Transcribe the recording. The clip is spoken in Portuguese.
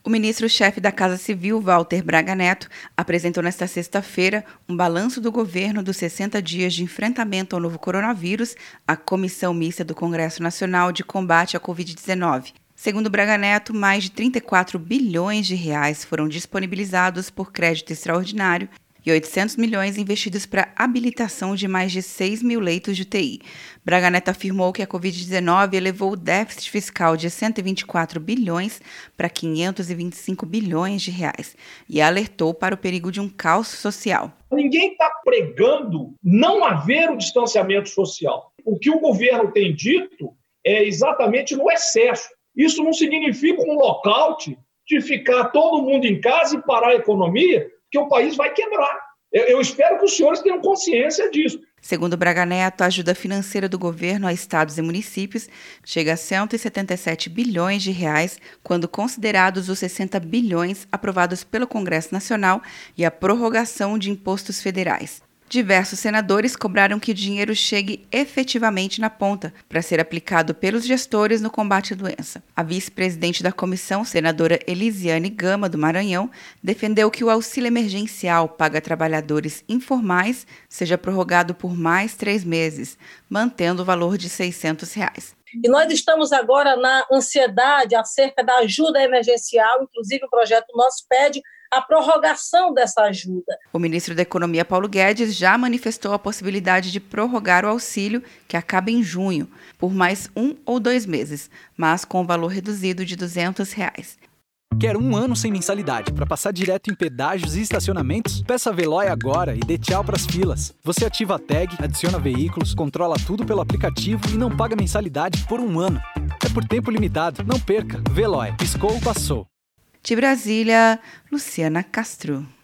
O ministro-chefe da Casa Civil, Walter Braga Neto, apresentou nesta sexta-feira um balanço do governo dos 60 dias de enfrentamento ao novo coronavírus à Comissão Mista do Congresso Nacional de Combate à Covid-19. Segundo Braga Neto, mais de 34 bilhões de reais foram disponibilizados por crédito extraordinário e 800 milhões investidos para habilitação de mais de 6 mil leitos de UTI. Braga Neto afirmou que a Covid-19 elevou o déficit fiscal de 124 bilhões para 525 bilhões de reais e alertou para o perigo de um caos social. Ninguém está pregando não haver o distanciamento social. O que o governo tem dito é exatamente no excesso. Isso não significa um lockout de ficar todo mundo em casa e parar a economia, que o país vai quebrar. Eu espero que os senhores tenham consciência disso. Segundo Braga Neto, a ajuda financeira do governo a estados e municípios chega a 177 bilhões de reais, quando considerados os 60 bilhões aprovados pelo Congresso Nacional e a prorrogação de impostos federais. Diversos senadores cobraram que o dinheiro chegue efetivamente na ponta para ser aplicado pelos gestores no combate à doença. A vice-presidente da comissão, senadora Elisiane Gama, do Maranhão, defendeu que o auxílio emergencial paga trabalhadores informais seja prorrogado por mais 3 meses, mantendo o valor de R$ 600. E nós estamos agora na ansiedade acerca da ajuda emergencial, inclusive o projeto nosso pede a prorrogação dessa ajuda. O ministro da Economia, Paulo Guedes, já manifestou a possibilidade de prorrogar o auxílio, que acaba em junho, por mais 1 ou 2 meses, mas com o valor reduzido de R$ 200. Quer 1 ano sem mensalidade para passar direto em pedágios e estacionamentos? Peça a Veloy agora e dê tchau para as filas. Você ativa a tag, adiciona veículos, controla tudo pelo aplicativo e não paga mensalidade por 1 ano. É por tempo limitado. Não perca. Veloy. Piscou, passou. De Brasília, Luciana Castro.